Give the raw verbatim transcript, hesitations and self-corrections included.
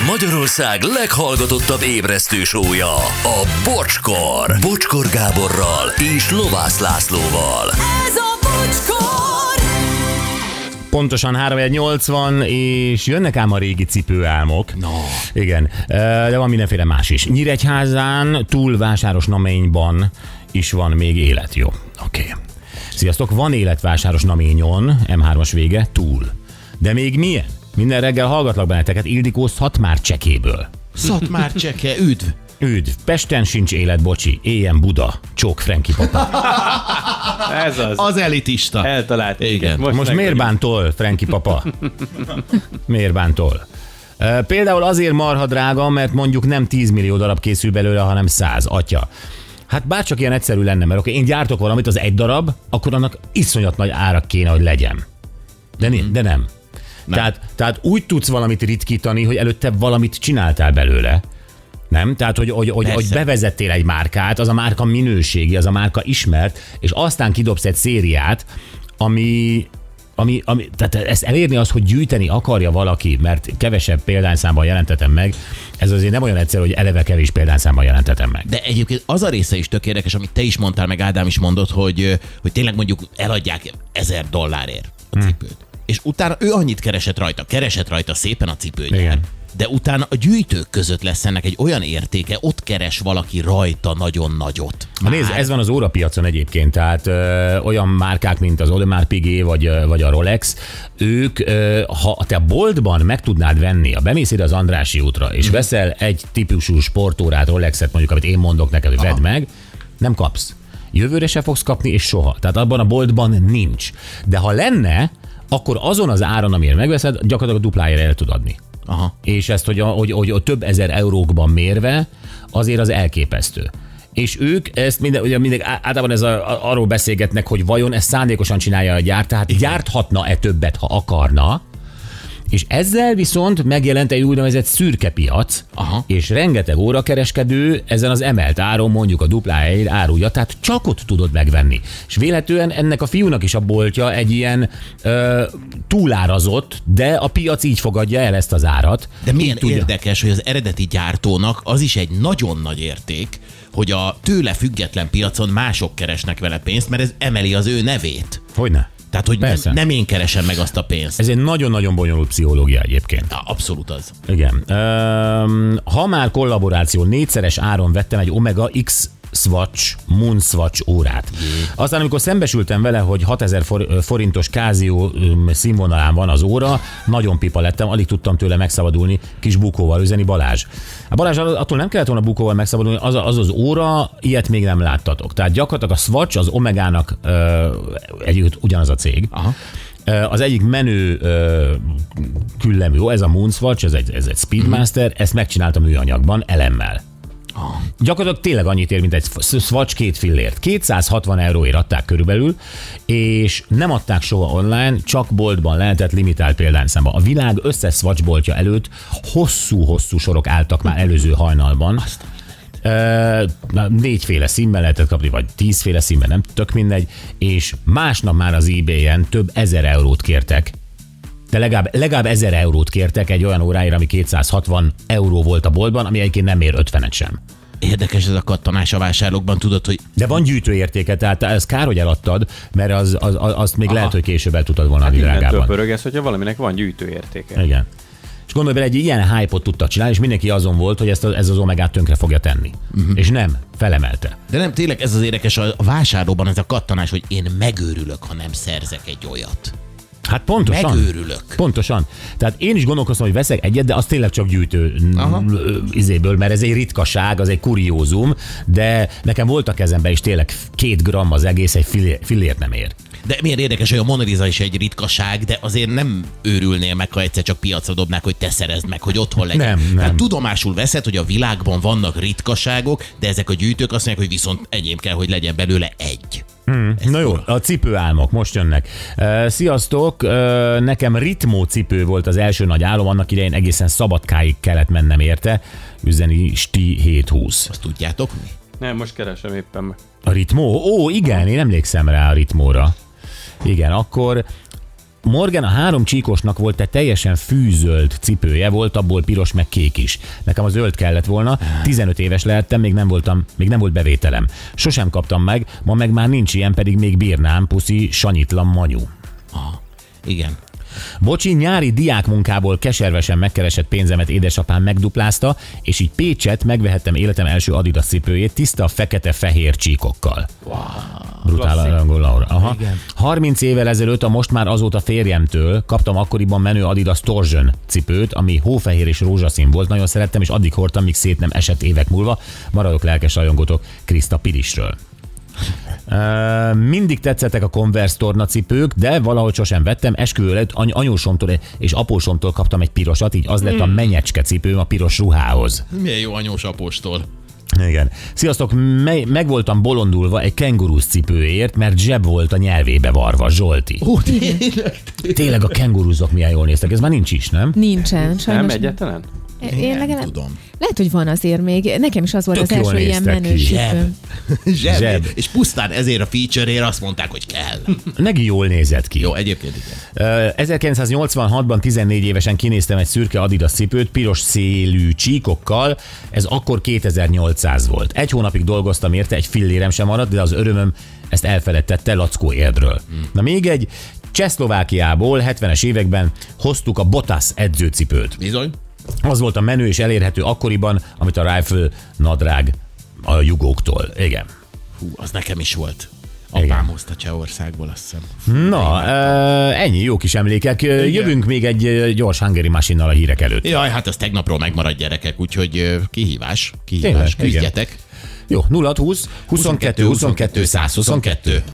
Magyarország leghallgatottabb ébresztő show-ja, a Bocskor. Bocskor Gáborral és Lovász Lászlóval. Ez a Bocskor! Pontosan három nyolcvan, és jönnek ám a régi cipőálmok. No. Igen, de van mindenféle más is. Nyíregyházán, túl Vásáros Naményban is van még élet. Jó, oké. Okay. Sziasztok, van élet Vásáros Naményon, em hármas vége, túl. De még milyen? Minden reggel hallgatlak benneteket Ildikó Szatmár-Csekéből. Szatmár-Cseke, üdv! Üdv, Pesten sincs élet, bocsi, éljen Buda, csók Frenki papa. Ez az. Az elitista. Eltalált. Igen. Most, Most miért bántol, Frenki papa? Miért bántol? E, például azért marha drága, mert mondjuk nem tíz millió darab készül belőle, hanem száz, atya. Hát bárcsak ilyen egyszerű lenne, mert oké, én gyártok valamit, az egy darab, akkor annak iszonyat nagy ára kéne, hogy legyen. De, mm-hmm. de nem. Nem. Tehát, tehát úgy tudsz valamit ritkítani, hogy előtte valamit csináltál belőle. Nem? Tehát, hogy, hogy, hogy, hogy bevezettél egy márkát, az a márka minőségi, az a márka ismert, és aztán kidobsz egy szériát, ami, ami, ami tehát ezt elérni az, hogy gyűjteni akarja valaki, mert kevesebb példányszámban jelentetem meg, ez azért nem olyan egyszerű, hogy eleve kevés példányszámban jelentetem meg. De egyébként az a része is tök érdekes, amit te is mondtál, meg Ádám is mondott, hogy, hogy tényleg mondjuk eladják ezer dollárért a cipőt. Hmm. És utána ő annyit keresett rajta, keresett rajta szépen a cipőgyár. Igen. De utána a gyűjtők között lesz ennek egy olyan értéke, ott keres valaki rajta nagyon nagyot. Na nézd, ez van az órapiacon egyébként, tehát ö, olyan márkák, mint az Audemars Piguet vagy, vagy a Rolex, ők, ö, ha te boltban meg tudnád venni, ha bemész ide az Andrássy útra, és mm. veszel egy típusú sportórát, Rolexet, mondjuk, amit én mondok neked, hogy vedd meg, nem kapsz. Jövőre se fogsz kapni, és soha. Tehát abban a boltban nincs. De ha lenne, akkor azon az áron, amire megveszed, gyakorlatilag a duplájára el tud adni. Aha. És ezt, hogy, a, hogy, hogy a több ezer eurókban mérve, azért az elképesztő. És ők ezt minden, ugye mindig általában ez a, arról beszélgetnek, hogy vajon ezt szándékosan csinálja a gyár, tehát igen, gyárthatna-e többet, ha akarna, és ezzel viszont megjelent egy úgynevezett szürke piac, aha, és rengeteg órakereskedő ezen az emelt áron mondjuk a duplájáért árulja, tehát csak ott tudod megvenni. És véletlenül ennek a fiúnak is a boltja egy ilyen ö, túlárazott, de a piac így fogadja el ezt az árat. De milyen érdekes, hogy az eredeti gyártónak az is egy nagyon nagy érték, hogy a tőle független piacon mások keresnek vele pénzt, mert ez emeli az ő nevét. Hogyne? Tehát, hogy nem, nem én keresem meg azt a pénzt. Ez egy nagyon-nagyon bonyolult pszichológia egyébként. Ja, abszolút az. Igen. Um, ha már kollaboráció, négyszeres áron vettem egy Omega X Swatch, Moon Swatch órát. Jé. Aztán, amikor szembesültem vele, hogy hatezer forintos Casio színvonalán van az óra, nagyon pipa lettem, alig tudtam tőle megszabadulni, kis bukóval üzeni Balázs. A Balázs, attól nem kellett volna bukóval megszabadulni, az az, az óra, ilyet még nem láttatok. Tehát gyakorlatilag a Swatch, az Omegának uh, együtt ugyanaz a cég. Aha. Az egyik menő uh, küllemű, ez a Moon Swatch, ez egy, ez egy Speedmaster, mm-hmm. ezt megcsináltam műanyagban, elemmel. Oh. Gyakorlatilag tényleg annyit ér, mint egy Swatch két fillért. kétszázhatvan euróért adták körülbelül, és nem adták soha online, csak boltban lehetett limitált példányszámban. A világ összes Swatch boltja előtt hosszú-hosszú sorok álltak már előző hajnalban. Uh, négyféle színben lehetett kapni, vagy tízféle színben, nem tök mindegy, és másnap már az eBay-en több ezer eurót kértek. De legalább, legalább ezer eurót kértek egy olyan óráért, ami kétszázhatvan euró volt a boltban, ami egyébként nem ér ötvenet sem. Érdekes ez a kattanás a vásárlókban, tudod, hogy... De van gyűjtőértéke, tehát ez kár, hogy eladtad, mert az, az, az, azt még aha, lehet, hogy később el tudtad volna hát a drágában. Innentől pörög ez, hogyha valaminek van gyűjtőértéke. Igen. És gondolj bele, egy ilyen hype-ot tudtak csinálni, és mindenki azon volt, hogy ezt a, ez az Omegát tönkre fogja tenni. Uh-huh. És nem, felemelte. De nem, tényleg ez az érdekes a vásárlóban, ez a kattanás, hogy én megőrülök, ha nem szerzek egy olyat. Hát pontosan. Megőrülök. Pontosan. Tehát én is gondolkoztam, hogy veszek egyet, de az tényleg csak gyűjtő aha, izéből, mert ez egy ritkaság, az egy kuriózum, de nekem volt a kezemben is tényleg két gramm az egész, egy fillér, fillért nem ér. De milyen érdekes, hogy a Mona Lisa is egy ritkaság, de azért nem őrülnél meg, ha egyszer csak piacra dobnák, hogy te szerezd meg, hogy otthon legyen. Nem, nem. Tehát tudomásul veszed, hogy a világban vannak ritkaságok, de ezek a gyűjtők azt mondják, hogy viszont egyéb kell, hogy legyen belőle egy. Hmm. Na jó, a cipőálmok most jönnek. Uh, sziasztok, uh, nekem Ritmo cipő volt az első nagy álom, annak idején egészen Szabadkáig kellett mennem érte. Üzeni Sti hétszázhúsz. Azt tudjátok mi? Nem, most keresem éppen. A Ritmo? Ó, igen, én emlékszem rá a Ritmóra. Igen, akkor Morgan a három csíkosnak volt egy teljesen fűzöld cipője, volt abból piros meg kék is. Nekem a zöld kellett volna, tizenöt éves lehettem, még nem, voltam, még nem volt bevételem. Sosem kaptam meg, ma meg már nincs ilyen, pedig még bírnám, puszi, sanyitlan manyu. Ah, igen. Bocsi, nyári diákmunkából keservesen megkeresett pénzemet édesapám megduplázta, és így Pécset megvehettem életem első Adidas cipőjét tiszta fekete-fehér csíkokkal. Wow. Brutál arangol, Laura. Aha. harminc évvel ezelőtt a most már azóta férjemtől kaptam akkoriban menő Adidas Torsion cipőt, ami hófehér és rózsaszín volt. Nagyon szerettem, és addig hordtam, míg szét nem esett évek múlva. Maradok lelkes rajongótok Krista Pirisről. Uh, mindig tetszettek a Converse tornacipők, de valahogy sosem vettem. Esküvő előtt any- anyósomtól és apósomtól kaptam egy pirosat, így az lett a menyecske cipőm a piros ruhához. Milyen jó anyós apóstól. Igen. Sziasztok, me- meg voltam bolondulva egy kengurusz cipőért, mert zseb volt a nyelvébe varva, Zsolti. Ó, tényleg. Tényleg a kenguruzok milyen jól néztek, ez már nincs is, nem? Nincsen, sajnos. Nem egyáltalán? Én Nem legalább... tudom. Lehet, hogy van azért még. Nekem is az volt Tök az jól első ilyen néztek menő ki. cipőm. Zseb. Zseb. És pusztán ezért a feature-ért azt mondták, hogy kell. Neki jól nézett ki. Jó, egyébként igen. Uh, ezerkilencszáznyolcvanhatban tizennégy évesen kinéztem egy szürke Adidas cipőt piros szélű csíkokkal, ez akkor kétezer-nyolcszáz volt. Egy hónapig dolgoztam érte, egy fillérem sem maradt, de az örömöm ezt elfeledtette Lackó Érdről. Hmm. Na még egy, Csehszlovákiából hetvenes években hoztuk a Bottas edzőcipőt. Bizony. Az volt a menő és elérhető akkoriban, amit a Rifle nadrág a jugóktól. Igen. Hú, az nekem is volt. Igen. Apám hozta Csehországból, azt hiszem. Fú, Na, uh, ennyi jó kis emlékek. Igen. Jövünk még egy gyors Hungary Machine-nal a hírek előtt. Jaj, hát az tegnapról megmaradt, gyerekek, úgyhogy ö, kihívás, kihívás, Tényleg, küzdjetek. Jó, nulla húsz huszonkettő huszonkettő száz huszonkettő.